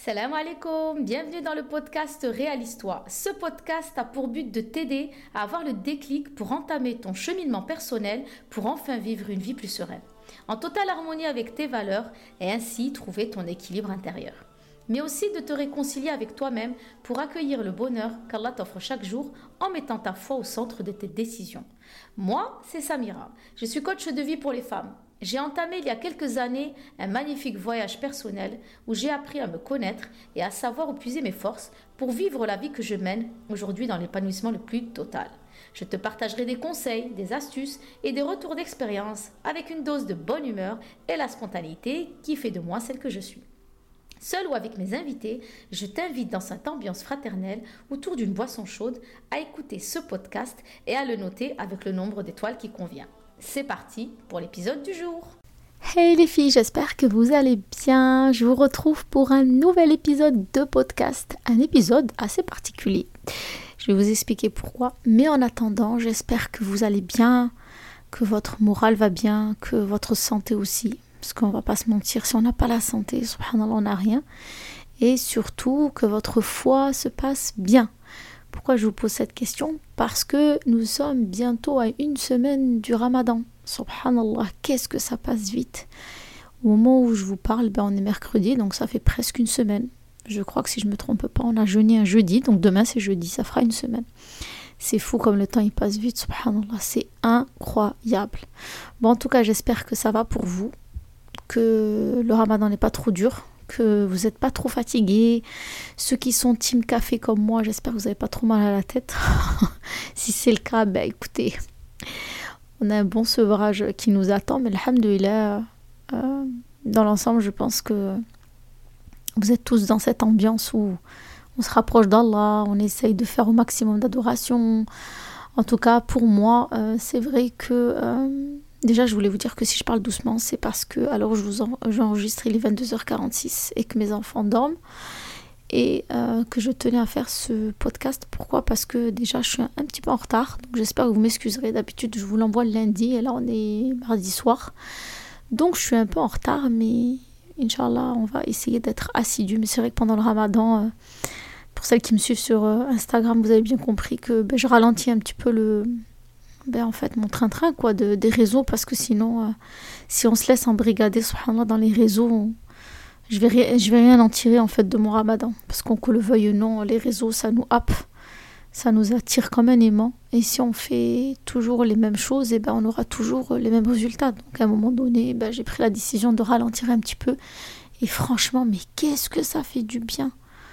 Salam alaikum, bienvenue dans le podcast Réalise-toi. Ce podcast a pour but de t'aider à avoir le déclic pour entamer ton cheminement personnel pour enfin vivre une vie plus sereine, en totale harmonie avec tes valeurs et ainsi trouver ton équilibre intérieur. Mais aussi de te réconcilier avec toi-même pour accueillir le bonheur qu'Allah t'offre chaque jour en mettant ta foi au centre de tes décisions. Moi, c'est Samira, je suis coach de vie pour les femmes. J'ai entamé il y a quelques années un magnifique voyage personnel où j'ai appris à me connaître et à savoir où puiser mes forces pour vivre la vie que je mène aujourd'hui dans l'épanouissement le plus total. Je te partagerai des conseils, des astuces et des retours d'expérience avec une dose de bonne humeur et la spontanéité qui fait de moi celle que je suis. Seul ou avec mes invités, je t'invite dans cette ambiance fraternelle autour d'une boisson chaude à écouter ce podcast et à le noter avec le nombre d'étoiles qui convient. C'est parti pour l'épisode du jour. Hey les filles, j'espère que vous allez bien. Je vous retrouve pour un nouvel épisode de podcast, un épisode assez particulier. Je vais vous expliquer pourquoi, mais en attendant, j'espère que vous allez bien, que votre morale va bien, que votre santé aussi, parce qu'on va pas se mentir, si on n'a pas la santé, subhanallah, on n'a rien, et surtout que votre foi se passe bien. Pourquoi je vous pose cette question ? Parce que nous sommes bientôt à une semaine du Ramadan. Subhanallah, qu'est-ce que ça passe vite. Au moment où je vous parle, on est mercredi, donc ça fait presque une semaine. Je crois que si je ne me trompe pas, on a jeûné un jeudi, donc demain c'est jeudi, ça fera une semaine. C'est fou comme le temps il passe vite, subhanallah, c'est incroyable. Bon, en tout cas, j'espère que ça va pour vous, que le Ramadan n'est pas trop dur, que vous n'êtes pas trop fatigués. Ceux qui sont team café comme moi, j'espère que vous n'avez pas trop mal à la tête. Si c'est le cas, écoutez, on a un bon sevrage qui nous attend, mais alhamdoulilah, dans l'ensemble, je pense que vous êtes tous dans cette ambiance où on se rapproche d'Allah, on essaye de faire au maximum d'adoration. En tout cas, pour moi, c'est vrai que... déjà, je voulais vous dire que si je parle doucement, c'est parce que alors j'enregistre, il est 22h46 et que mes enfants dorment et que je tenais à faire ce podcast. Pourquoi ? Parce que déjà, je suis un petit peu en retard. Donc, j'espère que vous m'excuserez. D'habitude, je vous l'envoie le lundi et là, on est mardi soir. Donc, je suis un peu en retard, mais Inch'Allah, on va essayer d'être assidus. Mais c'est vrai que pendant le Ramadan, pour celles qui me suivent sur Instagram, vous avez bien compris que je ralentis un petit peu en fait mon train-train des réseaux, parce que sinon si on se laisse embrigader subhanallah dans les réseaux, je vais rien en tirer en fait de mon Ramadan, parce qu'on que le veuille ou non, les réseaux ça nous happe, ça nous attire comme un aimant, et si on fait toujours les mêmes choses, on aura toujours les mêmes résultats. Donc à un moment donné, j'ai pris la décision de ralentir un petit peu, et franchement, mais qu'est-ce que ça fait du bien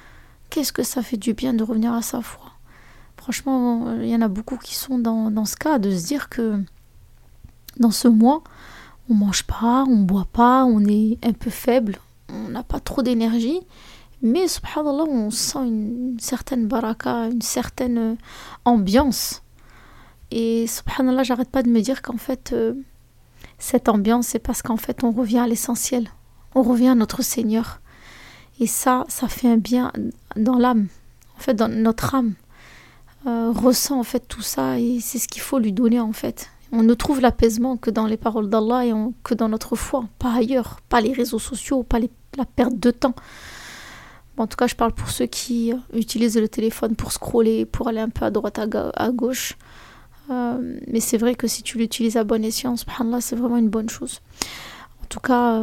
de revenir à sa foi. Franchement, il y en a beaucoup qui sont dans ce cas, de se dire que dans ce mois, on mange pas, on boit pas, on est un peu faible, on n'a pas trop d'énergie, mais subhanallah, on sent une certaine baraka, une certaine ambiance. Et subhanallah, j'arrête pas de me dire qu'en fait, cette ambiance, c'est parce qu'en fait, on revient à l'essentiel, on revient à notre Seigneur. Et ça fait un bien dans l'âme, en fait, dans notre âme. Ressent en fait tout ça, et c'est ce qu'il faut lui donner en fait. On ne trouve l'apaisement que dans les paroles d'Allah et que dans notre foi, pas ailleurs, pas les réseaux sociaux, pas la perte de temps. En tout cas, je parle pour ceux qui utilisent le téléphone pour scroller, pour aller un peu à droite, à gauche. Mais c'est vrai que si tu l'utilises à bon escient, subhanallah, c'est vraiment une bonne chose. En tout cas,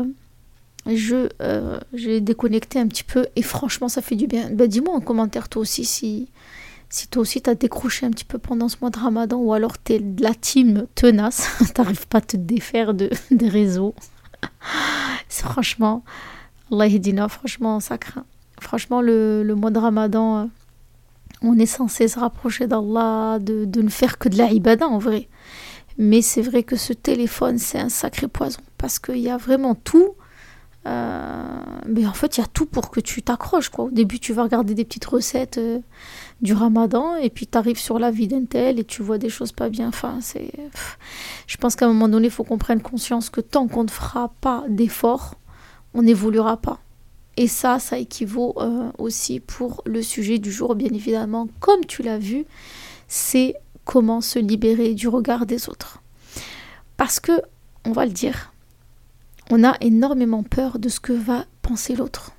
j'ai déconnecté un petit peu et franchement, ça fait du bien. Dis-moi en commentaire toi aussi si toi aussi t'as décroché un petit peu pendant ce mois de Ramadan, ou alors t'es de la team tenace, t'arrives pas à te défaire des réseaux. Franchement, Allah Hidina, franchement ça craint. Franchement le mois de Ramadan, on est censé se rapprocher d'Allah, de ne faire que de la ibada en vrai. Mais c'est vrai que ce téléphone, c'est un sacré poison, parce qu'il y a vraiment tout. Mais en fait il y a tout pour que tu t'accroches Au début tu vas regarder des petites recettes du Ramadan, et puis tu arrives sur la vie d'un tel et tu vois des choses pas bien. Je pense qu'à un moment donné il faut qu'on prenne conscience que tant qu'on ne fera pas d'efforts, on n'évoluera pas. Et ça équivaut aussi pour le sujet du jour, bien évidemment, comme tu l'as vu, c'est comment se libérer du regard des autres. Parce que, on va le dire, on a énormément peur de ce que va penser l'autre.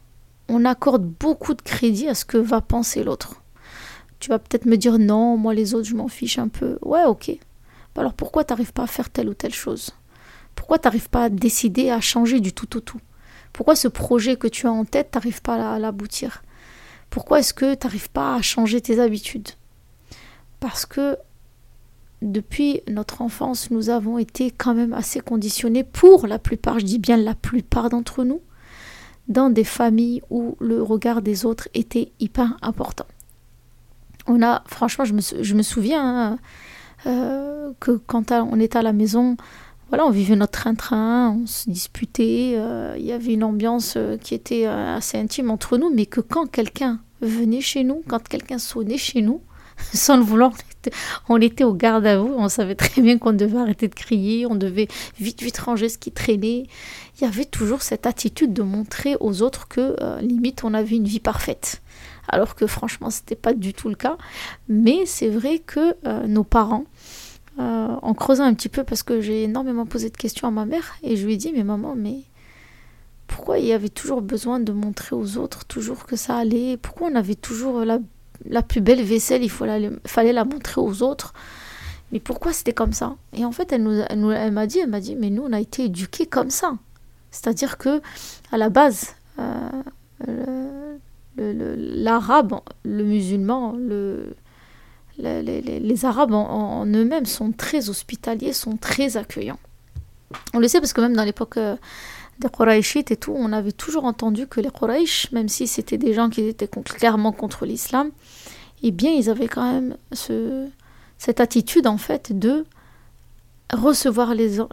on accorde beaucoup de crédit à ce que va penser l'autre. Tu vas peut-être me dire non, moi les autres je m'en fiche un peu. Ouais, ok. Alors pourquoi t'arrives pas à faire telle ou telle chose? Pourquoi t'arrives pas à décider à changer du tout au tout? Pourquoi ce projet que tu as en tête t'arrives pas à l'aboutir? Pourquoi est-ce que t'arrives pas à changer tes habitudes? Parce que depuis notre enfance, nous avons été quand même assez conditionnés, pour la plupart, je dis bien la plupart d'entre nous, dans des familles où le regard des autres était hyper important. Franchement, je me souviens que quand on était à la maison, voilà, on vivait notre train-train, on se disputait, il y avait une ambiance qui était assez intime entre nous, mais que quand quelqu'un venait chez nous, quand quelqu'un sonnait chez nous, sans le vouloir, on était au garde à vous, on savait très bien qu'on devait arrêter de crier, on devait vite ranger ce qui traînait. Il y avait toujours cette attitude de montrer aux autres que limite on avait une vie parfaite. Alors que franchement, c'était pas du tout le cas. Mais c'est vrai que nos parents, en creusant un petit peu, parce que j'ai énormément posé de questions à ma mère, et je lui ai dit, mais maman, mais pourquoi il y avait toujours besoin de montrer aux autres toujours que ça allait? Pourquoi on avait toujours la plus belle vaisselle, fallait la montrer aux autres? Mais pourquoi c'était comme ça? Et en fait, elle m'a dit, mais nous, on a été éduqués comme ça. C'est-à-dire que, à la base, l'arabe, le musulman, les arabes en eux-mêmes sont très hospitaliers, sont très accueillants. On le sait parce que même dans l'époque des Qurayshites et tout, on avait toujours entendu que les Quraysh, même si c'était des gens qui étaient clairement contre l'islam, eh bien ils avaient quand même cette attitude en fait de recevoir les gens,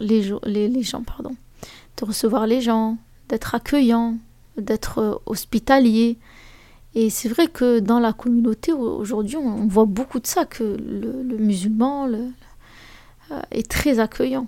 de recevoir les gens, d'être accueillant, d'être hospitalier. Et c'est vrai que dans la communauté aujourd'hui, on voit beaucoup de ça, que le musulman est très accueillant.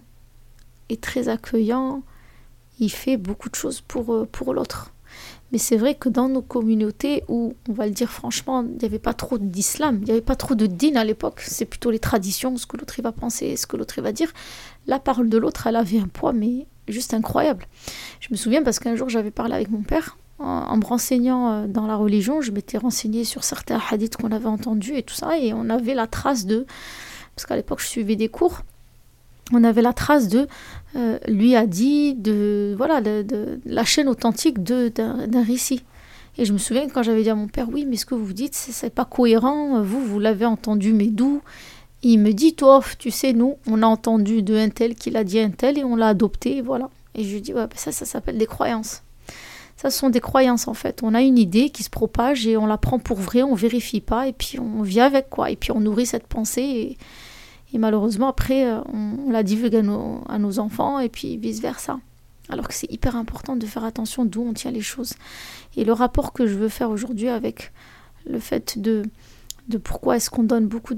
Il fait beaucoup de choses pour l'autre. Mais c'est vrai que dans nos communautés où, on va le dire franchement, il n'y avait pas trop d'islam, il n'y avait pas trop de din à l'époque, c'est plutôt les traditions, ce que l'autre il va penser, ce que l'autre il va dire. La parole de l'autre, elle avait un poids, mais juste incroyable. Je me souviens parce qu'un jour, j'avais parlé avec mon père, en me renseignant dans la religion, je m'étais renseignée sur certains hadiths qu'on avait entendus et tout ça, et on avait la trace parce qu'à l'époque, je suivais des cours, on avait la trace lui a dit de la chaîne authentique d'un récit. Et je me souviens quand j'avais dit à mon père, oui, mais ce que vous dites, c'est pas cohérent, vous l'avez entendu, mais d'où? Il me dit, toi, tu sais, nous, on a entendu de un tel qu'il a dit un tel et on l'a adopté, et voilà. Et je lui dis, ouais, ça s'appelle des croyances. Ça, ce sont des croyances, en fait. On a une idée qui se propage et on la prend pour vraie, on vérifie pas, et puis on vit avec, quoi. Et puis on nourrit cette pensée, et malheureusement, après, on la divulgue à nos enfants, et puis vice-versa. Alors que c'est hyper important de faire attention d'où on tient les choses. Et le rapport que je veux faire aujourd'hui avec le fait de pourquoi est-ce qu'on donne beaucoup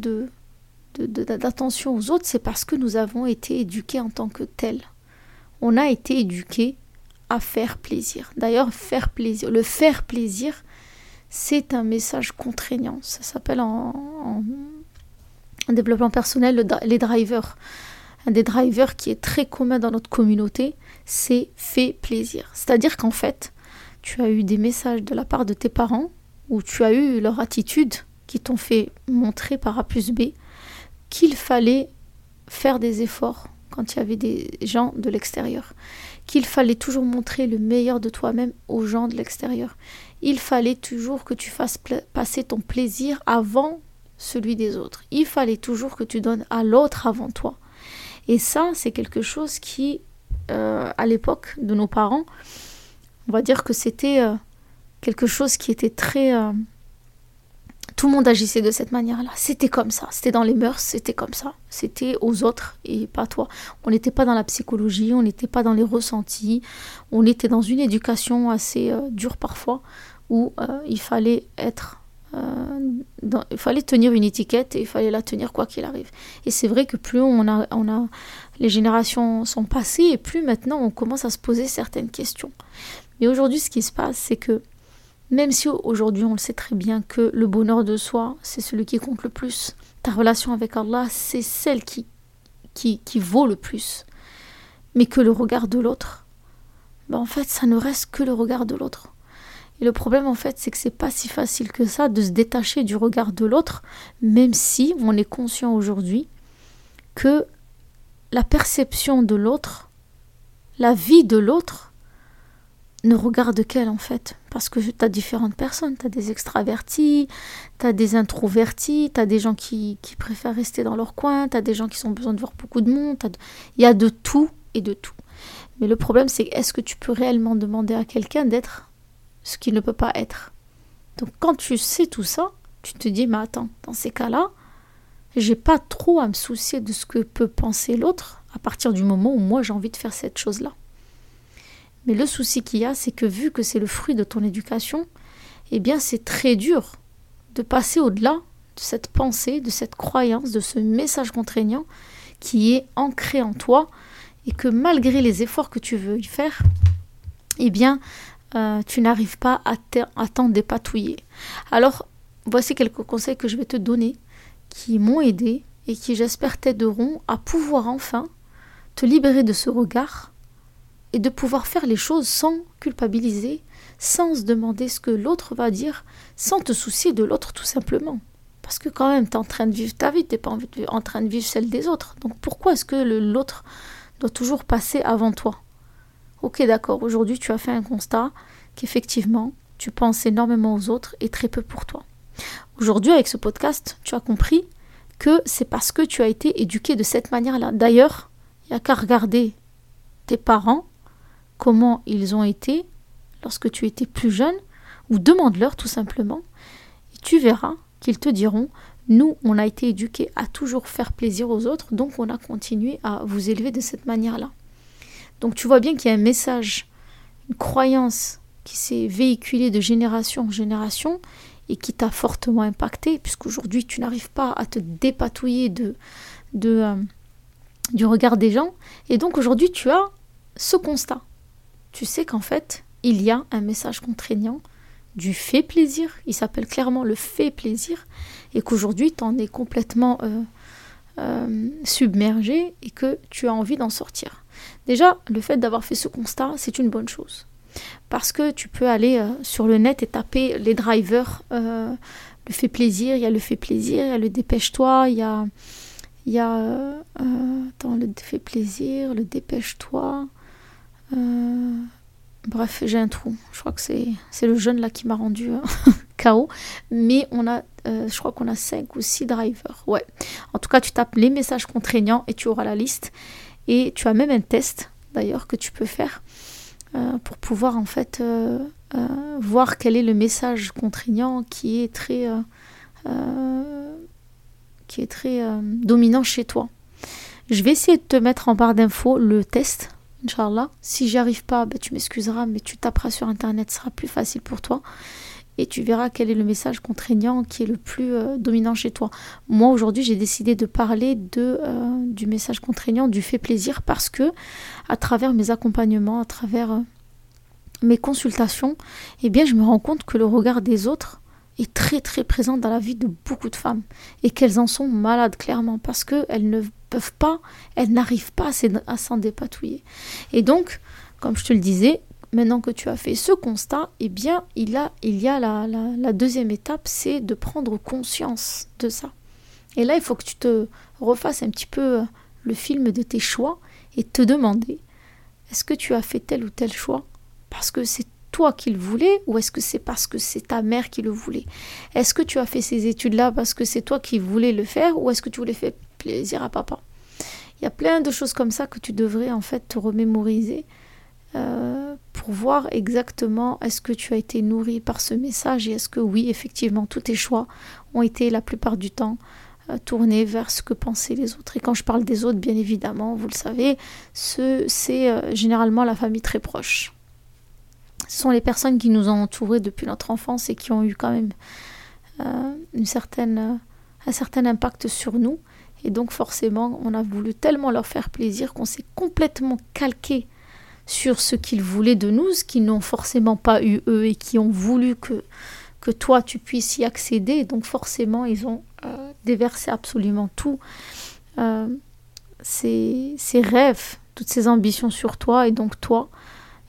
d'attention aux autres, c'est parce que nous avons été éduqués en tant que tels. On a été éduqués à faire plaisir. D'ailleurs, le faire plaisir, c'est un message contraignant. Ça s'appelle en développement personnel les drivers. Un des drivers qui est très commun dans notre communauté, c'est fais plaisir. C'est-à-dire qu'en fait, tu as eu des messages de la part de tes parents où tu as eu leur attitude qui t'ont fait montrer par A plus B qu'il fallait faire des efforts quand il y avait des gens de l'extérieur, qu'il fallait toujours montrer le meilleur de toi-même aux gens de l'extérieur. Il fallait toujours que tu fasses passer ton plaisir avant celui des autres. Il fallait toujours que tu donnes à l'autre avant toi. Et ça, c'est quelque chose qui, à l'époque de nos parents, on va dire que c'était quelque chose qui était très... tout le monde agissait de cette manière-là. C'était comme ça. C'était dans les mœurs, c'était comme ça. C'était aux autres et pas toi. On n'était pas dans la psychologie, on n'était pas dans les ressentis. On était dans une éducation assez dure parfois, où il fallait il fallait tenir une étiquette et il fallait la tenir quoi qu'il arrive. Et c'est vrai que plus les générations sont passées et plus maintenant on commence à se poser certaines questions. Mais aujourd'hui, ce qui se passe, c'est que même si aujourd'hui on le sait très bien que le bonheur de soi, c'est celui qui compte le plus, ta relation avec Allah, c'est celle qui vaut le plus, mais que le regard de l'autre, en fait, ça ne reste que le regard de l'autre. Et le problème, en fait, c'est que c'est pas si facile que ça de se détacher du regard de l'autre, même si on est conscient aujourd'hui que la perception de l'autre, la vie de l'autre, ne regarde qu'elle, en fait. Parce que tu as différentes personnes. Tu as des extravertis, tu as des introvertis, tu as des gens qui préfèrent rester dans leur coin, tu as des gens qui ont besoin de voir beaucoup de monde. Il y a de tout et de tout. Mais le problème, c'est est-ce que tu peux réellement demander à quelqu'un d'être ce qu'il ne peut pas être? Donc quand tu sais tout ça, tu te dis, mais attends, dans ces cas-là, j'ai pas trop à me soucier de ce que peut penser l'autre à partir du moment où moi j'ai envie de faire cette chose-là. Mais le souci qu'il y a, c'est que vu que c'est le fruit de ton éducation, eh bien c'est très dur de passer au-delà de cette pensée, de cette croyance, de ce message contraignant qui est ancré en toi et que malgré les efforts que tu veux y faire, eh bien tu n'arrives pas à t'en dépatouiller. Alors, voici quelques conseils que je vais te donner qui m'ont aidé et qui, j'espère, t'aideront à pouvoir enfin te libérer de ce regard et de pouvoir faire les choses sans culpabiliser, sans se demander ce que l'autre va dire, sans te soucier de l'autre tout simplement. Parce que quand même, tu es en train de vivre ta vie, tu n'es pas en train de vivre celle des autres. Donc pourquoi est-ce que l'autre doit toujours passer avant toi? Ok, d'accord, aujourd'hui tu as fait un constat qu'effectivement, tu penses énormément aux autres et très peu pour toi. Aujourd'hui, avec ce podcast, tu as compris que c'est parce que tu as été éduqué de cette manière-là. D'ailleurs, il n'y a qu'à regarder tes parents, comment ils ont été lorsque tu étais plus jeune, ou demande-leur tout simplement, et tu verras qu'ils te diront, nous, on a été éduqués à toujours faire plaisir aux autres, donc on a continué à vous élever de cette manière-là. Donc tu vois bien qu'il y a un message, une croyance qui s'est véhiculée de génération en génération et qui t'a fortement impacté, puisqu'aujourd'hui tu n'arrives pas à te dépatouiller du regard des gens. Et donc aujourd'hui tu as ce constat. Tu sais qu'en fait, il y a un message contraignant du fait plaisir, il s'appelle clairement le fait plaisir, et qu'aujourd'hui tu en es complètement submergé et que tu as envie d'en sortir. Déjà, le fait d'avoir fait ce constat, c'est une bonne chose. Parce que tu peux aller sur le net et taper les drivers, le fait plaisir, il y a le fait plaisir, il y a le dépêche-toi, il y a le fait plaisir, le dépêche-toi. Bref, j'ai un trou. Je crois que c'est le jeune là qui m'a rendu KO. Mais je crois qu'on a 5 ou 6 drivers. Ouais. En tout cas, tu tapes les messages contraignants et tu auras la liste. Et tu as même un test d'ailleurs que tu peux faire pour pouvoir en fait voir quel est le message contraignant qui est très dominant chez toi. Je vais essayer de te mettre en barre d'infos le test, Inch'Allah. Si j'y arrive pas, tu m'excuseras, mais tu taperas sur internet, ce sera plus facile pour toi. Et tu verras quel est le message contraignant qui est le plus dominant chez toi. Moi, aujourd'hui, j'ai décidé de parler du message contraignant, du fait plaisir, parce que à travers mes accompagnements, à travers mes consultations, eh bien, je me rends compte que le regard des autres est très, très présent dans la vie de beaucoup de femmes et qu'elles en sont malades, clairement, parce qu'elles ne peuvent pas, elles n'arrivent pas à s'en dépatouiller. Et donc, comme je te le disais, maintenant que tu as fait ce constat, eh bien, il y a la deuxième étape, c'est de prendre conscience de ça. Et là, il faut que tu te refasses un petit peu le film de tes choix et te demander, est-ce que tu as fait tel ou tel choix parce que c'est toi qui le voulais ou est-ce que c'est parce que c'est ta mère qui le voulait? Est-ce que tu as fait ces études-là parce que c'est toi qui voulais le faire ou est-ce que tu voulais faire plaisir à papa? Il y a plein de choses comme ça que tu devrais en fait te remémoriser pour voir exactement est-ce que tu as été nourri par ce message et est-ce que oui, effectivement, tous tes choix ont été la plupart du temps tournés vers ce que pensaient les autres. Et quand je parle des autres, bien évidemment, vous le savez, c'est généralement la famille très proche. Ce sont les personnes qui nous ont entourés depuis notre enfance et qui ont eu quand même un certain impact sur nous. Et donc forcément, on a voulu tellement leur faire plaisir qu'on s'est complètement calqué sur ce qu'ils voulaient de nous, ce qu'ils n'ont forcément pas eu eux et qui ont voulu que toi tu puisses y accéder. Et donc forcément, ils ont déversé absolument tout, ces rêves, toutes ces ambitions sur toi. Et donc toi,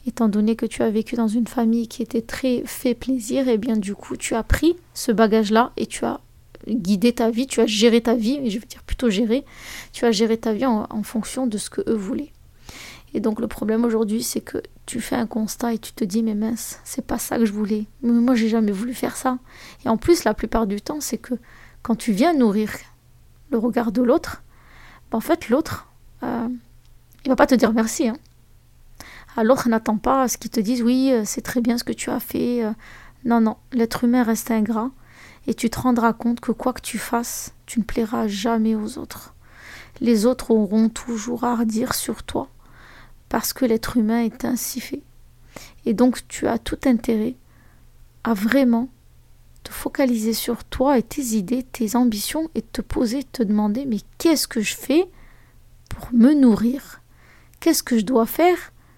étant donné que tu as vécu dans une famille qui était très fait plaisir, et bien du coup, tu as pris ce bagage-là et tu as guidé ta vie, tu as géré ta vie, et je veux dire plutôt géré, tu as géré ta vie en fonction de ce que eux voulaient. Et donc le problème aujourd'hui, c'est que tu fais un constat et tu te dis, mais mince, c'est pas ça que je voulais. Mais moi, j'ai jamais voulu faire ça. Et en plus, la plupart du temps, c'est que quand tu viens nourrir le regard de l'autre, en fait, l'autre, il va pas te dire merci. Hein. L'autre n'attend pas à ce qu'il te dise, oui, c'est très bien ce que tu as fait. Non, l'être humain reste ingrat. Et tu te rendras compte que quoi que tu fasses, tu ne plairas jamais aux autres. Les autres auront toujours à redire sur toi. Parce que l'être humain est ainsi fait. Et donc tu as tout intérêt à vraiment te focaliser sur toi et tes idées, tes ambitions et te poser, te demander mais qu'est-ce que je fais pour me nourrir? Qu'est-ce que je dois faire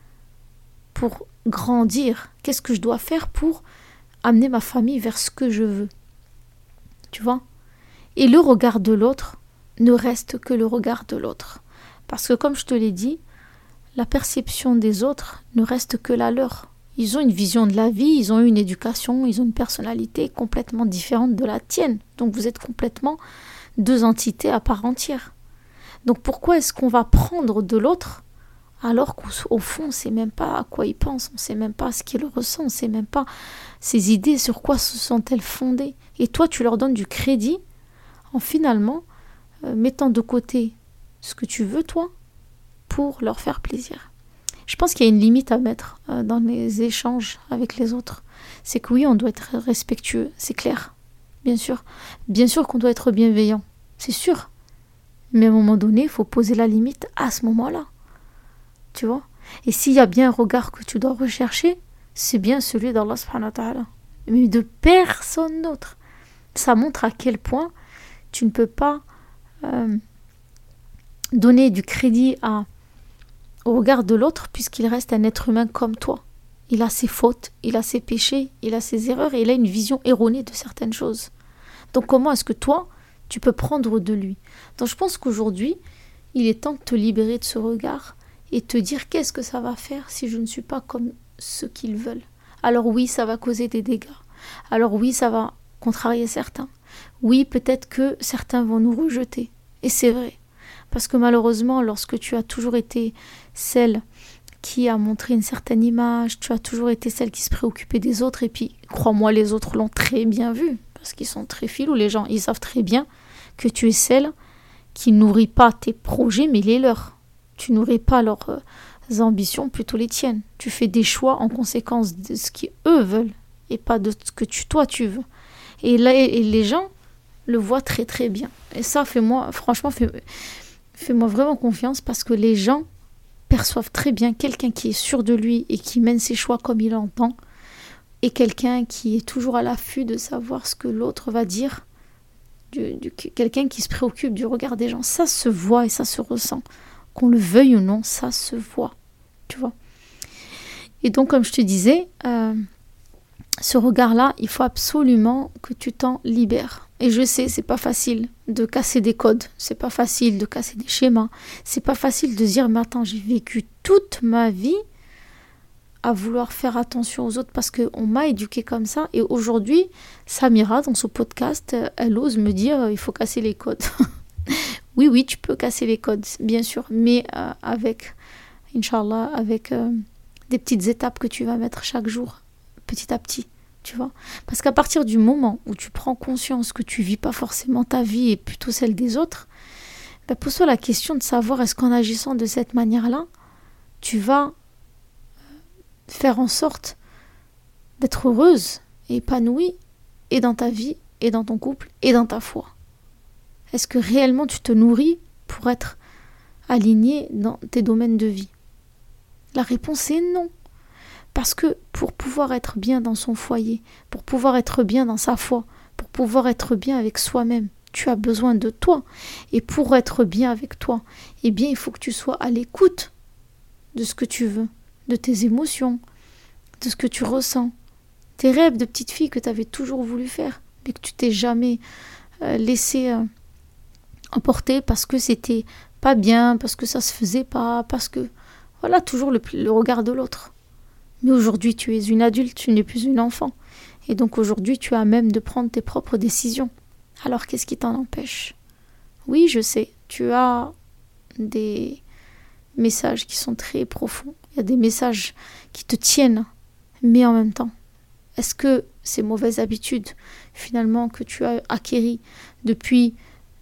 pour grandir? Qu'est-ce que je dois faire pour amener ma famille vers ce que je veux? Tu vois? Et le regard de l'autre ne reste que le regard de l'autre. Parce que comme je te l'ai dit, la perception des autres ne reste que la leur. Ils ont une vision de la vie, ils ont une éducation, ils ont une personnalité complètement différente de la tienne. Donc vous êtes complètement deux entités à part entière. Donc pourquoi est-ce qu'on va prendre de l'autre alors qu'au fond on ne sait même pas à quoi il pense, on ne sait même pas ce qu'il ressent, on ne sait même pas ses idées, sur quoi se sont-elles fondées. Et toi tu leur donnes du crédit en finalement mettant de côté ce que tu veux toi, pour leur faire plaisir. Je pense qu'il y a une limite à mettre dans les échanges avec les autres. C'est que oui, on doit être respectueux, c'est clair, bien sûr. Bien sûr qu'on doit être bienveillant, c'est sûr. Mais à un moment donné, il faut poser la limite à ce moment-là. Tu vois? Et s'il y a bien un regard que tu dois rechercher, c'est bien celui d'Allah subhanahu wa ta'ala. Mais de personne d'autre. Ça montre à quel point tu ne peux pas donner du crédit au regard de l'autre, puisqu'il reste un être humain comme toi. Il a ses fautes, il a ses péchés, il a ses erreurs et il a une vision erronée de certaines choses. Donc comment est-ce que toi, tu peux prendre de lui? Donc je pense qu'aujourd'hui, il est temps de te libérer de ce regard et te dire qu'est-ce que ça va faire si je ne suis pas comme ceux qu'ils veulent. Alors oui, ça va causer des dégâts. Alors oui, ça va contrarier certains. Oui, peut-être que certains vont nous rejeter. Et c'est vrai. Parce que malheureusement, lorsque tu as toujours été celle qui a montré une certaine image, tu as toujours été celle qui se préoccupait des autres, et puis, crois-moi, les autres l'ont très bien vu, parce qu'ils sont très filous, les gens, ils savent très bien que tu es celle qui nourrit pas tes projets, mais les leurs. Tu nourris pas leurs ambitions, plutôt les tiennes. Tu fais des choix en conséquence de ce qu'eux veulent, et pas de ce que toi tu veux. Et là, et les gens le voient très très bien. Et ça, fais-moi vraiment confiance, parce que les gens perçoivent très bien quelqu'un qui est sûr de lui et qui mène ses choix comme il entend, et quelqu'un qui est toujours à l'affût de savoir ce que l'autre va dire, quelqu'un qui se préoccupe du regard des gens. Ça se voit et ça se ressent. Qu'on le veuille ou non, ça se voit. Tu vois. Et donc, comme je te disais, ce regard-là, il faut absolument que tu t'en libères. Et je sais, c'est pas facile de casser des codes, c'est pas facile de casser des schémas, c'est pas facile de se dire, mais attends, j'ai vécu toute ma vie à vouloir faire attention aux autres parce qu'on m'a éduquée comme ça. Et aujourd'hui, Samira, dans son podcast, elle ose me dire, il faut casser les codes. Oui, tu peux casser les codes, bien sûr, mais avec, Inch'Allah, avec des petites étapes que tu vas mettre chaque jour, petit à petit. Tu vois, parce qu'à partir du moment où tu prends conscience que tu vis pas forcément ta vie et plutôt celle des autres, pose-toi la question de savoir est-ce qu'en agissant de cette manière-là, tu vas faire en sorte d'être heureuse et épanouie et dans ta vie et dans ton couple et dans ta foi. Est-ce que réellement tu te nourris pour être aligné dans tes domaines de vie? La réponse est non. Parce que pour pouvoir être bien dans son foyer, pour pouvoir être bien dans sa foi, pour pouvoir être bien avec soi-même, tu as besoin de toi. Et pour être bien avec toi, eh bien, il faut que tu sois à l'écoute de ce que tu veux, de tes émotions, de ce que tu ressens, tes rêves de petite fille que tu avais toujours voulu faire, mais que tu t'es jamais laissé emporter parce que c'était pas bien, parce que ça se faisait pas, parce que, voilà, toujours le regard de l'autre. Mais aujourd'hui, tu es une adulte, tu n'es plus une enfant. Et donc aujourd'hui, tu as même de prendre tes propres décisions. Alors qu'est-ce qui t'en empêche? Oui, je sais, tu as des messages qui sont très profonds. Il y a des messages qui te tiennent. Mais en même temps, est-ce que ces mauvaises habitudes, finalement, que tu as acquéries depuis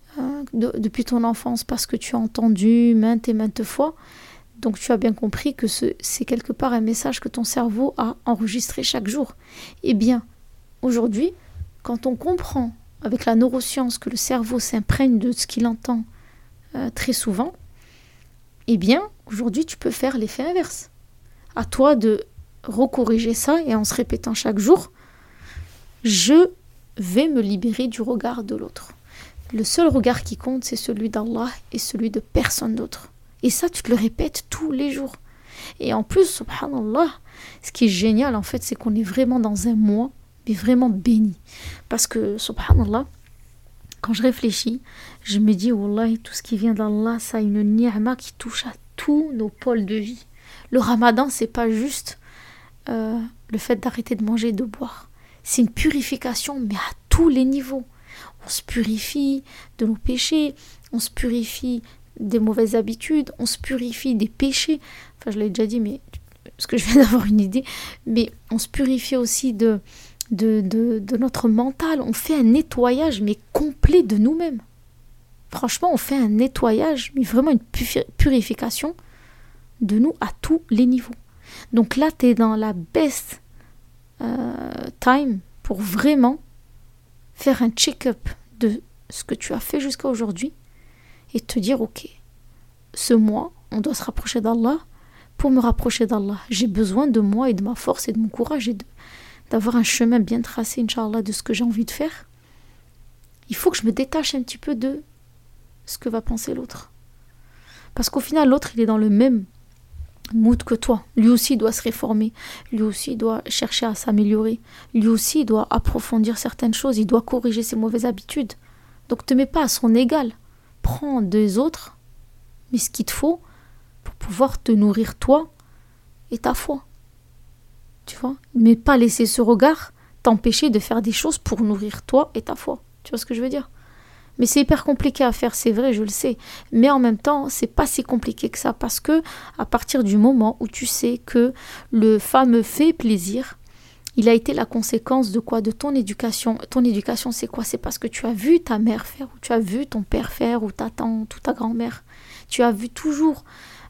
ton enfance, parce que tu as entendu maintes et maintes fois, donc tu as bien compris que c'est quelque part un message que ton cerveau a enregistré chaque jour. Eh bien, aujourd'hui, quand on comprend avec la neuroscience que le cerveau s'imprègne de ce qu'il entend très souvent, eh bien, aujourd'hui, tu peux faire l'effet inverse. À toi de recorriger ça et en se répétant chaque jour, je vais me libérer du regard de l'autre. Le seul regard qui compte, c'est celui d'Allah et celui de personne d'autre. Et ça, tu te le répètes tous les jours. Et en plus, subhanallah, ce qui est génial, en fait, c'est qu'on est vraiment dans un mois, mais vraiment béni. Parce que, subhanallah, quand je réfléchis, je me dis, wallahi, tout ce qui vient d'Allah, ça a une ni'ma qui touche à tous nos pôles de vie. Le ramadan, c'est pas juste le fait d'arrêter de manger et de boire. C'est une purification, mais à tous les niveaux. On se purifie de nos péchés, on se purifie des mauvaises habitudes, on se purifie des péchés. Enfin, je l'ai déjà dit, mais parce que je viens d'avoir une idée, mais on se purifie aussi de notre mental. On fait un nettoyage, mais complet de nous-mêmes. Franchement, on fait un nettoyage, mais vraiment une purification de nous à tous les niveaux. Donc là, tu es dans la best time pour vraiment faire un check-up de ce que tu as fait jusqu'à aujourd'hui et te dire, ok, ce mois, on doit se rapprocher d'Allah. Pour me rapprocher d'Allah, j'ai besoin de moi et de ma force et de mon courage et d'avoir un chemin bien tracé, Inch'Allah, de ce que j'ai envie de faire. Il faut que je me détache un petit peu de ce que va penser l'autre. Parce qu'au final, l'autre, il est dans le même mood que toi. Lui aussi, il doit se réformer. Lui aussi, il doit chercher à s'améliorer. Lui aussi, il doit approfondir certaines choses. Il doit corriger ses mauvaises habitudes. Donc, ne te mets pas à son égal. Prends des autres, mais ce qu'il te faut pour pouvoir te nourrir toi et ta foi. Tu vois? Mais pas laisser ce regard t'empêcher de faire des choses pour nourrir toi et ta foi. Tu vois ce que je veux dire? Mais c'est hyper compliqué à faire, c'est vrai, je le sais. Mais en même temps, c'est pas si compliqué que ça, parce que à partir du moment où tu sais que le fameux fait plaisir, il a été la conséquence de quoi? De ton éducation. Ton éducation, c'est quoi? C'est parce que tu as vu ta mère faire, ou tu as vu ton père faire, ou ta tante, ou ta grand-mère. Tu as vu toujours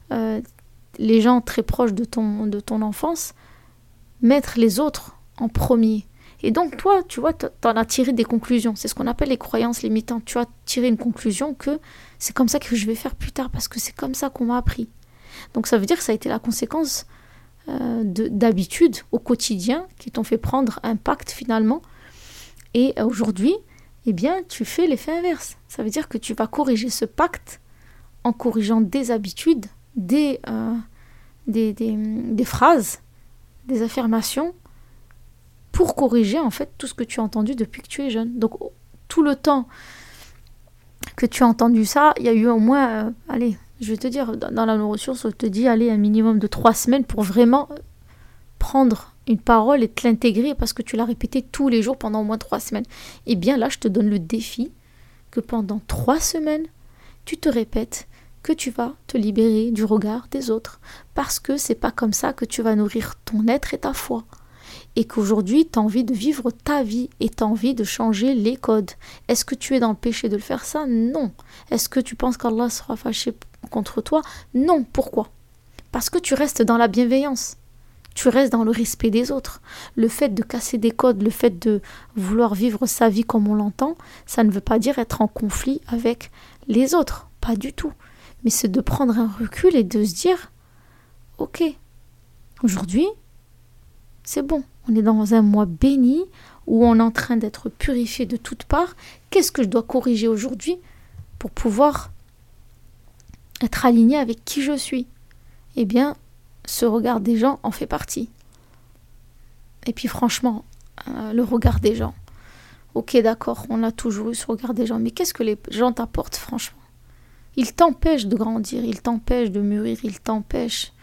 les gens très proches de ton enfance mettre les autres en premier. Et donc toi, tu vois, t'en as tiré des conclusions. C'est ce qu'on appelle les croyances limitantes. Tu as tiré une conclusion que c'est comme ça que je vais faire plus tard, parce que c'est comme ça qu'on m'a appris. Donc ça veut dire que ça a été la conséquence d'habitudes au quotidien qui t'ont fait prendre un pacte finalement. Et aujourd'hui, eh bien, tu fais l'effet inverse. Ça veut dire que tu vas corriger ce pacte en corrigeant des habitudes, des phrases, des affirmations, pour corriger en fait tout ce que tu as entendu depuis que tu es jeune. Donc tout le temps que tu as entendu ça, il y a eu au moins, allez, je vais te dire, dans la neuroscience, on te dit, allez, un minimum de 3 semaines pour vraiment prendre une parole et te l'intégrer, parce que tu l'as répété tous les jours pendant au moins 3 semaines. Et bien là, je te donne le défi que pendant 3 semaines, tu te répètes que tu vas te libérer du regard des autres, parce que c'est pas comme ça que tu vas nourrir ton être et ta foi. Et qu'aujourd'hui, tu as envie de vivre ta vie et tu as envie de changer les codes. Est-ce que tu es dans le péché de le faire ça? Non. Est-ce que tu penses qu'Allah sera fâché contre toi? Non. Pourquoi? Parce que tu restes dans la bienveillance. Tu restes dans le respect des autres. Le fait de casser des codes, le fait de vouloir vivre sa vie comme on l'entend, ça ne veut pas dire être en conflit avec les autres. Pas du tout. Mais c'est de prendre un recul et de se dire, ok, aujourd'hui, c'est bon. On est dans un mois béni où on est en train d'être purifié de toutes parts. Qu'est-ce que je dois corriger aujourd'hui pour pouvoir être aligné avec qui je suis? Eh bien, ce regard des gens en fait partie. Et puis franchement, le regard des gens. Ok, d'accord, on a toujours eu ce regard des gens, mais qu'est-ce que les gens t'apportent franchement? Ils t'empêchent de grandir, ils t'empêchent de mûrir, ils t'empêchent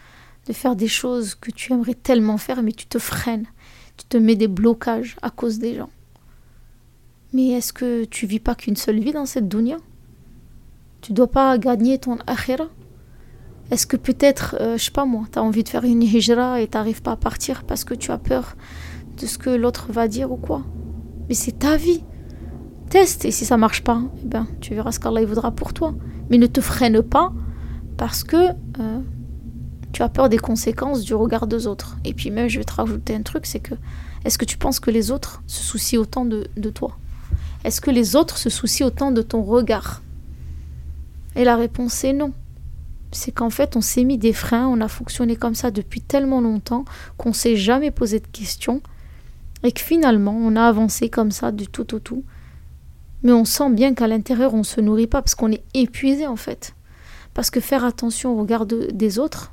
de faire des choses que tu aimerais tellement faire, mais tu te freines. Tu te mets des blocages à cause des gens. Mais est-ce que tu vis pas qu'une seule vie dans cette dunya? Tu dois pas gagner ton akhira? Est-ce que peut-être, je sais pas moi, tu as envie de faire une hijra et t'arrives pas à partir parce que tu as peur de ce que l'autre va dire ou quoi? Mais c'est ta vie. Teste, et si ça marche pas, eh ben, tu verras ce qu'Allah voudra pour toi. Mais ne te freine pas parce que tu as peur des conséquences du regard des autres. Et puis même, je vais te rajouter un truc, c'est que est-ce que tu penses que les autres se soucient autant de toi? Est-ce que les autres se soucient autant de ton regard? Et la réponse est non. C'est qu'en fait, on s'est mis des freins, on a fonctionné comme ça depuis tellement longtemps qu'on ne s'est jamais posé de questions et que finalement, on a avancé comme ça du tout au tout. Mais on sent bien qu'à l'intérieur, on ne se nourrit pas parce qu'on est épuisé en fait. Parce que faire attention au regard des autres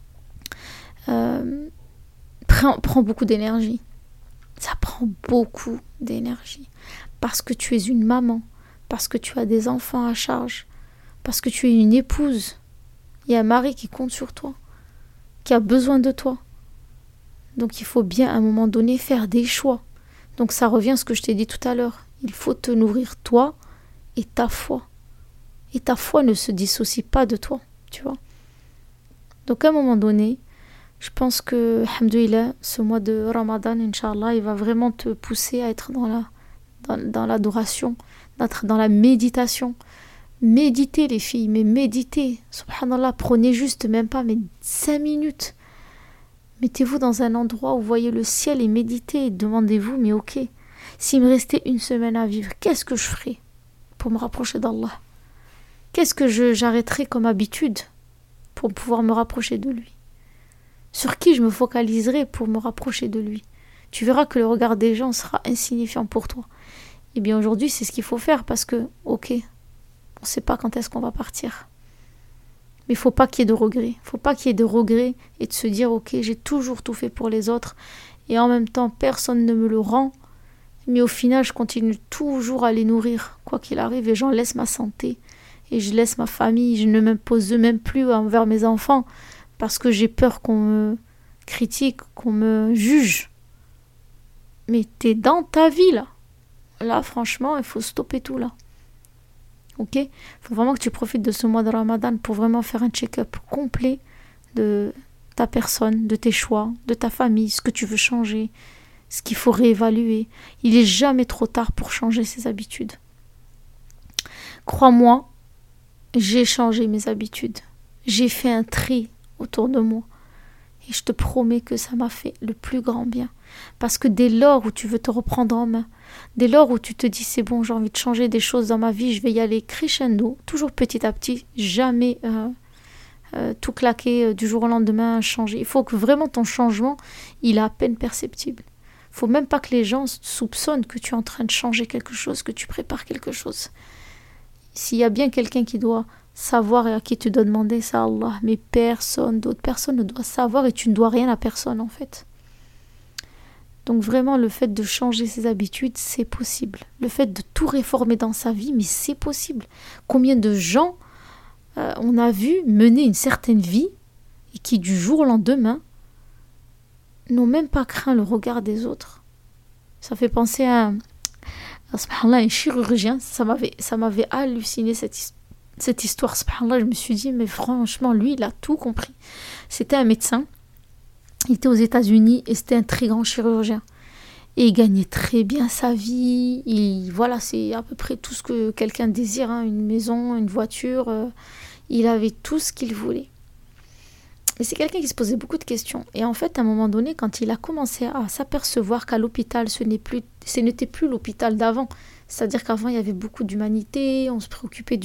prend beaucoup d'énergie. Ça prend beaucoup d'énergie. Parce que tu es une maman, parce que tu as des enfants à charge, parce que tu es une épouse. Il y a un mari qui compte sur toi, qui a besoin de toi. Donc il faut bien à un moment donné faire des choix. Donc ça revient à ce que je t'ai dit tout à l'heure. Il faut te nourrir toi et ta foi. Et ta foi ne se dissocie pas de toi, tu vois. Donc à un moment donné, je pense que, alhamdoulilah, ce mois de Ramadan, Inch'Allah, il va vraiment te pousser à être dans l'adoration, d'être dans la méditation. Méditez les filles, mais méditez. Subhanallah, prenez juste même pas 5 minutes. Mettez-vous dans un endroit où vous voyez le ciel et méditez. Demandez-vous, mais ok, s'il me restait une semaine à vivre, qu'est-ce que je ferais pour me rapprocher d'Allah? Qu'est-ce que j'arrêterais comme habitude pour pouvoir me rapprocher de lui? Sur qui je me focaliserai pour me rapprocher de lui? Tu verras que le regard des gens sera insignifiant pour toi. Et bien aujourd'hui, c'est ce qu'il faut faire parce que, ok, on ne sait pas quand est-ce qu'on va partir. Mais il ne faut pas qu'il y ait de regrets. Il ne faut pas qu'il y ait de regrets et de se dire, ok, j'ai toujours tout fait pour les autres et en même temps, personne ne me le rend. Mais au final, je continue toujours à les nourrir, quoi qu'il arrive, et j'en laisse ma santé. Et je laisse ma famille, je ne m'impose même plus envers mes enfants parce que j'ai peur qu'on me critique, qu'on me juge. Mais t'es dans ta vie, là. Là, franchement, il faut stopper tout, là. Ok? Il faut vraiment que tu profites de ce mois de Ramadan pour vraiment faire un check-up complet de ta personne, de tes choix, de ta famille, ce que tu veux changer, ce qu'il faut réévaluer. Il n'est jamais trop tard pour changer ses habitudes. Crois-moi, j'ai changé mes habitudes. J'ai fait un tri autour de moi. Et je te promets que ça m'a fait le plus grand bien. Parce que dès lors où tu veux te reprendre en main, dès lors où tu te dis c'est bon, j'ai envie de changer des choses dans ma vie, je vais y aller crescendo, toujours petit à petit, jamais tout claquer du jour au lendemain, changer. Il faut que vraiment ton changement, il est à peine perceptible. Il ne faut même pas que les gens soupçonnent que tu es en train de changer quelque chose, que tu prépares quelque chose. S'il y a bien quelqu'un qui doit savoir et à qui tu dois demander, c'est Allah. Mais personne, d'autres personnes ne doivent savoir et tu ne dois rien à personne en fait. Donc vraiment le fait de changer ses habitudes, c'est possible. Le fait de tout réformer dans sa vie, mais c'est possible. Combien de gens on a vu mener une certaine vie et qui du jour au lendemain n'ont même pas craint le regard des autres. Ça fait penser à un chirurgien. Ça m'avait halluciné cette histoire. Subhanallah, je me suis dit, mais franchement, lui, il a tout compris. C'était un médecin. Il était aux États-Unis et c'était un très grand chirurgien. Et il gagnait très bien sa vie. Voilà, c'est à peu près tout ce que quelqu'un désire. Une maison, une voiture. Il avait tout ce qu'il voulait. Et c'est quelqu'un qui se posait beaucoup de questions. Et en fait, à un moment donné, quand il a commencé à s'apercevoir qu'à l'hôpital, ce n'était plus l'hôpital d'avant. C'est-à-dire qu'avant, il y avait beaucoup d'humanité, on se préoccupait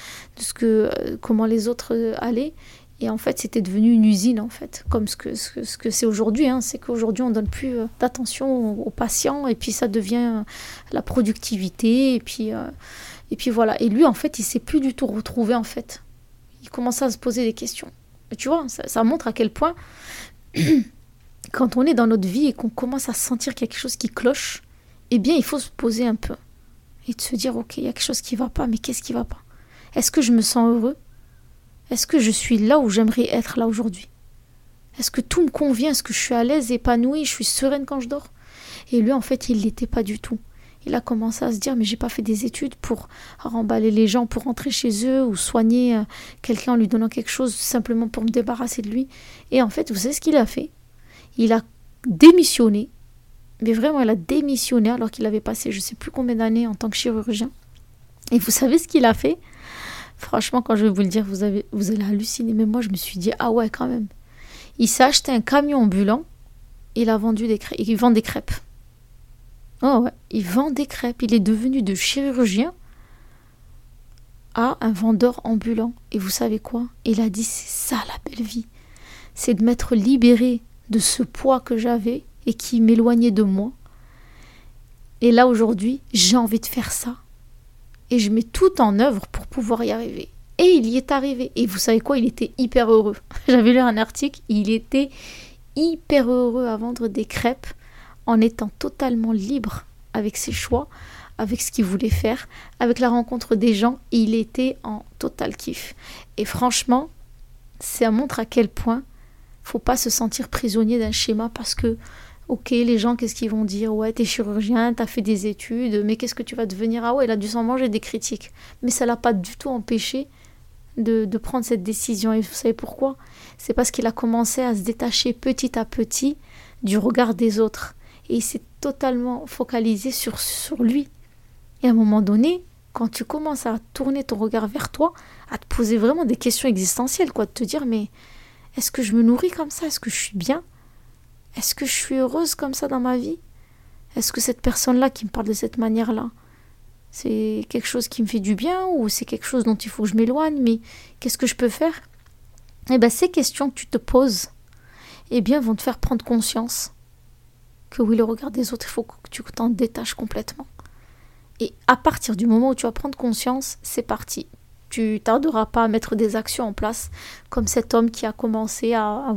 comment les autres allaient. Et en fait, c'était devenu une usine, en fait, comme ce que c'est aujourd'hui. C'est qu'aujourd'hui, on ne donne plus d'attention aux patients, et puis ça devient la productivité, et puis voilà. Et lui, en fait, il ne s'est plus du tout retrouvé, en fait. Il commençait à se poser des questions. Et tu vois, ça montre à quel point, quand on est dans notre vie et qu'on commence à sentir quelque chose qui cloche, eh bien, il faut se poser un peu. Et de se dire, ok, il y a quelque chose qui ne va pas, mais qu'est-ce qui ne va pas? Est-ce que je me sens heureux? Est-ce que je suis là où j'aimerais être là aujourd'hui? Est-ce que tout me convient? Est-ce que je suis à l'aise, épanouie, je suis sereine quand je dors? Et lui, en fait, il l'était pas du tout. Il a commencé à se dire, mais j'ai pas fait des études pour remballer les gens, pour rentrer chez eux ou soigner quelqu'un en lui donnant quelque chose simplement pour me débarrasser de lui. Et en fait, vous savez ce qu'il a fait? Il a démissionné. Mais vraiment, il a démissionné alors qu'il avait passé je sais plus combien d'années en tant que chirurgien. Et vous savez ce qu'il a fait? Franchement, quand je vais vous le dire, vous allez halluciner. Mais moi, je me suis dit, ah ouais, quand même. Il s'est acheté un camion ambulant. Il a vendu des crêpes. Il vend des crêpes. Oh ouais, il vend des crêpes. Il est devenu de chirurgien à un vendeur ambulant. Et vous savez quoi? Il a dit, c'est ça la belle vie. C'est de m'être libéré de ce poids que j'avais et qui m'éloignait de moi. Et là, aujourd'hui, j'ai envie de faire ça. Et je mets tout en œuvre pour pouvoir y arriver. Et il y est arrivé. Et vous savez quoi? Il était hyper heureux. J'avais lu un article. Il était hyper heureux à vendre des crêpes en étant totalement libre avec ses choix, avec ce qu'il voulait faire, avec la rencontre des gens. Et il était en total kiff. Et franchement, ça montre à quel point faut pas se sentir prisonnier d'un schéma parce que ok, les gens, qu'est-ce qu'ils vont dire? Ouais, t'es chirurgien, t'as fait des études, mais qu'est-ce que tu vas devenir? Ah ouais, il a dû s'en manger des critiques. Mais ça l'a pas du tout empêché de prendre cette décision. Et vous savez pourquoi? C'est parce qu'il a commencé à se détacher petit à petit du regard des autres. Et il s'est totalement focalisé sur lui. Et à un moment donné, quand tu commences à tourner ton regard vers toi, à te poser vraiment des questions existentielles, quoi, de te dire, mais est-ce que je me nourris comme ça? Est-ce que je suis bien? Est-ce que je suis heureuse comme ça dans ma vie? Est-ce que cette personne-là qui me parle de cette manière-là, c'est quelque chose qui me fait du bien ou c'est quelque chose dont il faut que je m'éloigne? Mais qu'est-ce que je peux faire? Eh bien, ces questions que tu te poses, eh bien, vont te faire prendre conscience que oui, le regard des autres, il faut que tu t'en détaches complètement. Et à partir du moment où tu vas prendre conscience, c'est parti. Tu tarderas pas à mettre des actions en place, comme cet homme qui a commencé à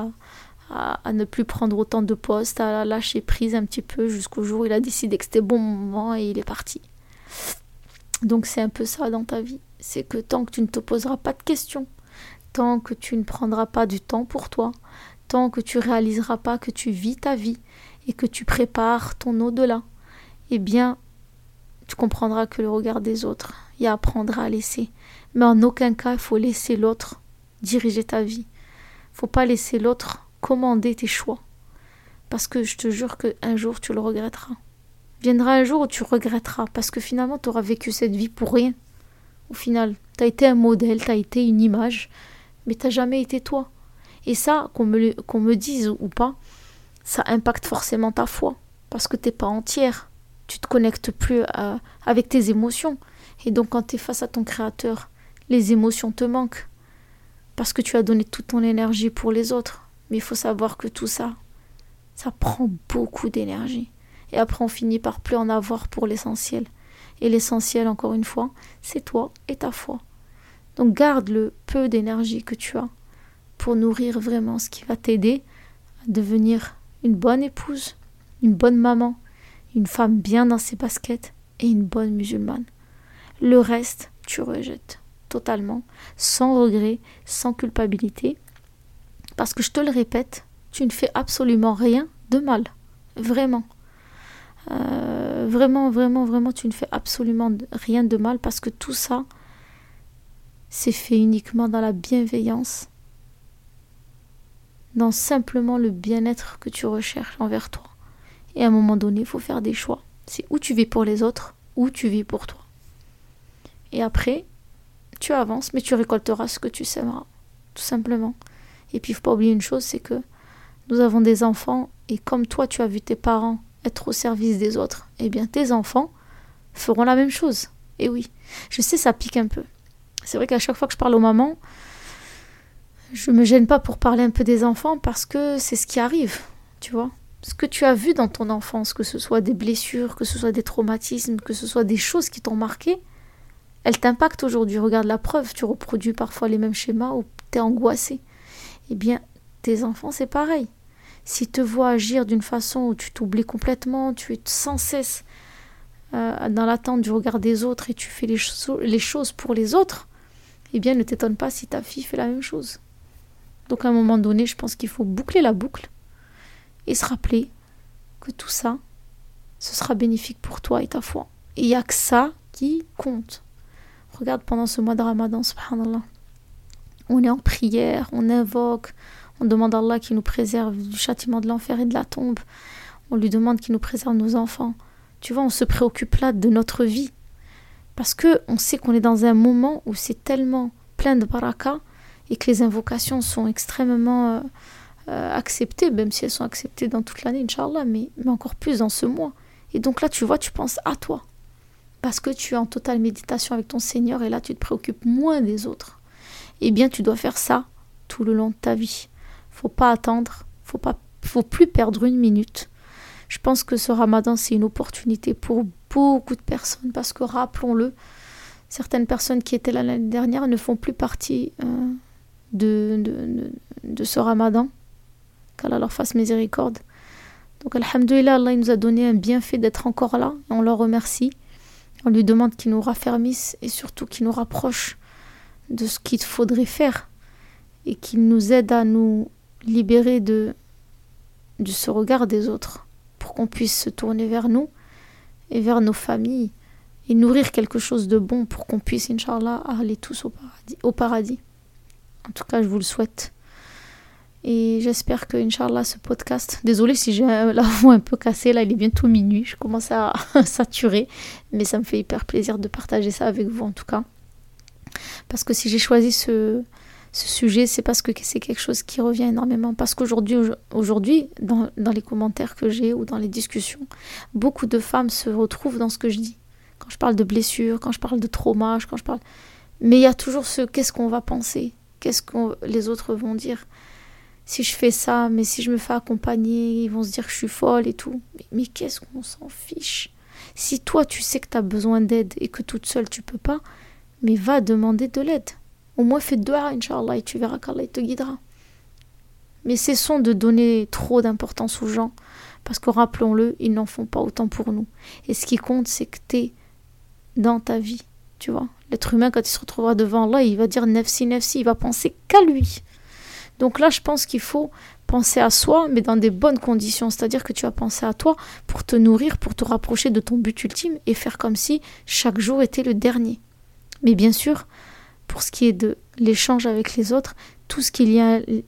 ne plus prendre autant de postes, à lâcher prise un petit peu jusqu'au jour où il a décidé que c'était bon moment et il est parti. Donc c'est un peu ça dans ta vie. C'est que tant que tu ne te poseras pas de questions, tant que tu ne prendras pas du temps pour toi, tant que tu réaliseras pas que tu vis ta vie et que tu prépares ton au-delà, eh bien, tu comprendras que le regard des autres, il y a à apprendre à laisser. Mais en aucun cas, il faut laisser l'autre diriger ta vie. Il ne faut pas laisser l'autre commander tes choix. Parce que je te jure qu'un jour, tu le regretteras. Viendra un jour où tu regretteras. Parce que finalement, tu auras vécu cette vie pour rien. Au final, tu as été un modèle, tu as été une image, mais tu n'as jamais été toi. Et ça, qu'on me dise ou pas, ça impacte forcément ta foi. Parce que tu n'es pas entière. Tu ne te connectes plus avec tes émotions. Et donc, quand tu es face à ton créateur, les émotions te manquent. Parce que tu as donné toute ton énergie pour les autres. Mais il faut savoir que tout ça, ça prend beaucoup d'énergie. Et après, on finit par plus en avoir pour l'essentiel. Et l'essentiel, encore une fois, c'est toi et ta foi. Donc garde le peu d'énergie que tu as pour nourrir vraiment ce qui va t'aider à devenir une bonne épouse, une bonne maman, une femme bien dans ses baskets et une bonne musulmane. Le reste, tu rejettes totalement, sans regret, sans culpabilité. Parce que je te le répète, tu ne fais absolument rien de mal. Vraiment. Vraiment, tu ne fais absolument rien de mal parce que tout ça, c'est fait uniquement dans la bienveillance, dans simplement le bien-être que tu recherches envers toi. Et à un moment donné, il faut faire des choix. C'est où tu vis pour les autres, ou tu vis pour toi. Et après, tu avances, mais tu récolteras ce que tu sèmeras, tout simplement. Et puis, il ne faut pas oublier une chose, c'est que nous avons des enfants, et comme toi, tu as vu tes parents être au service des autres, eh bien, tes enfants feront la même chose. Et oui, je sais, ça pique un peu. C'est vrai qu'à chaque fois que je parle aux mamans, je me gêne pas pour parler un peu des enfants, parce que c'est ce qui arrive, tu vois. Ce que tu as vu dans ton enfance, que ce soit des blessures, que ce soit des traumatismes, que ce soit des choses qui t'ont marqué, elles t'impactent aujourd'hui. Regarde la preuve, tu reproduis parfois les mêmes schémas ou tu es angoissé. Eh bien, tes enfants, c'est pareil. S'ils te voient agir d'une façon où tu t'oublies complètement, tu es sans cesse dans l'attente du regard des autres et tu fais les choses pour les autres, eh bien, ne t'étonne pas si ta fille fait la même chose. Donc à un moment donné, je pense qu'il faut boucler la boucle et se rappeler que tout ça, ce sera bénéfique pour toi et ta foi. Et il n'y a que ça qui compte. Regarde pendant ce mois de Ramadan, subhanallah. On est en prière, on invoque, on demande à Allah qu'il nous préserve du châtiment de l'enfer et de la tombe. On lui demande qu'il nous préserve nos enfants. Tu vois, on se préoccupe là de notre vie. Parce qu'on sait qu'on est dans un moment où c'est tellement plein de baraka et que les invocations sont extrêmement acceptées, même si elles sont acceptées dans toute l'année, Inch'Allah, mais encore plus dans ce mois. Et donc là, tu vois, tu penses à toi. Parce que tu es en totale méditation avec ton Seigneur et là, tu te préoccupes moins des autres. Eh bien, tu dois faire ça tout le long de ta vie. Faut pas attendre, faut plus perdre une minute. Je pense que ce Ramadan, c'est une opportunité pour beaucoup de personnes parce que, rappelons-le, certaines personnes qui étaient là l'année dernière ne font plus partie de ce Ramadan. Qu'Allah leur fasse miséricorde. Donc, alhamdoulilah, Allah il nous a donné un bienfait d'être encore là et on leur remercie. On lui demande qu'il nous raffermisse et surtout qu'il nous rapproche de ce qu'il faudrait faire et qu'il nous aide à nous libérer de ce regard des autres pour qu'on puisse se tourner vers nous et vers nos familles et nourrir quelque chose de bon pour qu'on puisse, Inch'Allah, aller tous au paradis. En tout cas, je vous le souhaite. Et j'espère que, Inch'Allah, ce podcast... Désolée si j'ai la voix un peu cassée, là, il est bientôt minuit. Je commence à saturer. Mais ça me fait hyper plaisir de partager ça avec vous, en tout cas. Parce que si j'ai choisi ce sujet, c'est parce que c'est quelque chose qui revient énormément. Parce qu'aujourd'hui, dans les commentaires que j'ai ou dans les discussions, beaucoup de femmes se retrouvent dans ce que je dis. Quand je parle de blessures, quand je parle de trauma, mais il y a toujours qu'est-ce qu'on va penser, qu'est-ce que les autres vont dire. Si je fais ça, mais si je me fais accompagner, ils vont se dire que je suis folle et tout. Mais qu'est-ce qu'on s'en fiche? Si toi, tu sais que tu as besoin d'aide et que toute seule, tu peux pas, mais va demander de l'aide. Au moins, fais dua, Inch'Allah, et tu verras qu'Allah te guidera. Mais cessons de donner trop d'importance aux gens, parce que rappelons-le, ils n'en font pas autant pour nous. Et ce qui compte, c'est que tu es dans ta vie, tu vois. L'être humain, quand il se retrouvera devant Allah, il va dire nefsi, nefsi, il va penser qu'à lui. Donc là, je pense qu'il faut penser à soi, mais dans des bonnes conditions. C'est-à-dire que tu vas penser à toi pour te nourrir, pour te rapprocher de ton but ultime et faire comme si chaque jour était le dernier. Mais bien sûr, pour ce qui est de l'échange avec les autres, tout ce qui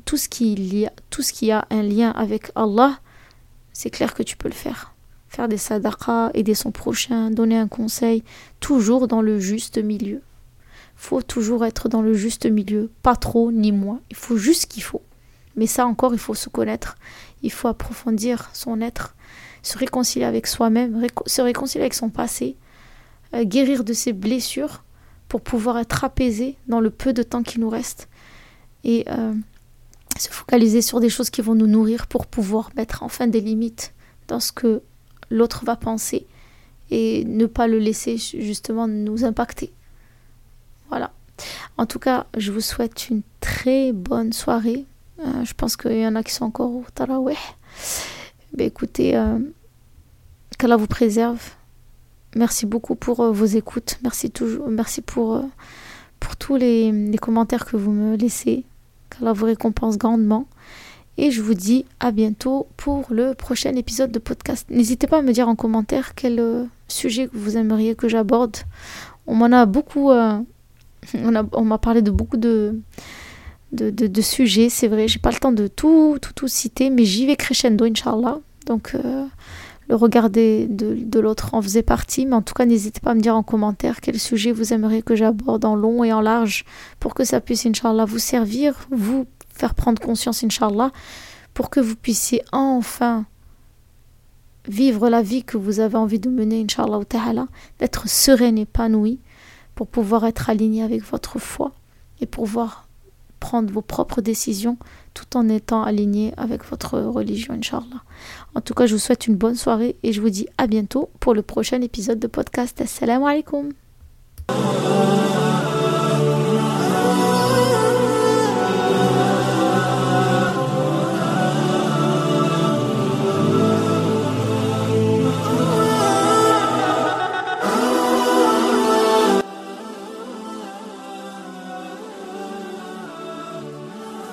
a un lien avec Allah, c'est clair que tu peux le faire. Faire des sadaqas, aider son prochain, donner un conseil, toujours dans le juste milieu. Faut toujours être dans le juste milieu, pas trop ni moins. Il faut juste ce qu'il faut. Mais ça encore, il faut se connaître. Il faut approfondir son être, se réconcilier avec soi-même, se réconcilier avec son passé, guérir de ses blessures pour pouvoir être apaisé dans le peu de temps qui nous reste et se focaliser sur des choses qui vont nous nourrir pour pouvoir mettre enfin des limites dans ce que l'autre va penser et ne pas le laisser justement nous impacter. Voilà. En tout cas, je vous souhaite une très bonne soirée. Je pense qu'il y en a qui sont encore au Tarawih. Écoutez, qu'Allah vous préserve. Merci beaucoup pour vos écoutes. Merci pour tous les commentaires que vous me laissez. Qu'Allah vous récompense grandement. Et je vous dis à bientôt pour le prochain épisode de podcast. N'hésitez pas à me dire en commentaire quel sujet vous aimeriez que j'aborde. On m'en a beaucoup... on m'a parlé de beaucoup de sujets, c'est vrai. J'ai pas le temps de tout citer, mais j'y vais crescendo, Inch'Allah. Donc... le regard de l'autre en faisait partie, mais en tout cas n'hésitez pas à me dire en commentaire quel sujet vous aimeriez que j'aborde en long et en large pour que ça puisse, Inch'Allah, vous servir, vous faire prendre conscience, Inch'Allah, pour que vous puissiez enfin vivre la vie que vous avez envie de mener, Inch'Allah ta'ala, d'être sereine et épanouie pour pouvoir être aligné avec votre foi et pouvoir prendre vos propres décisions tout en étant aligné avec votre religion, Inch'Allah. En tout cas, je vous souhaite une bonne soirée et je vous dis à bientôt pour le prochain épisode de podcast. Assalamu alaikum.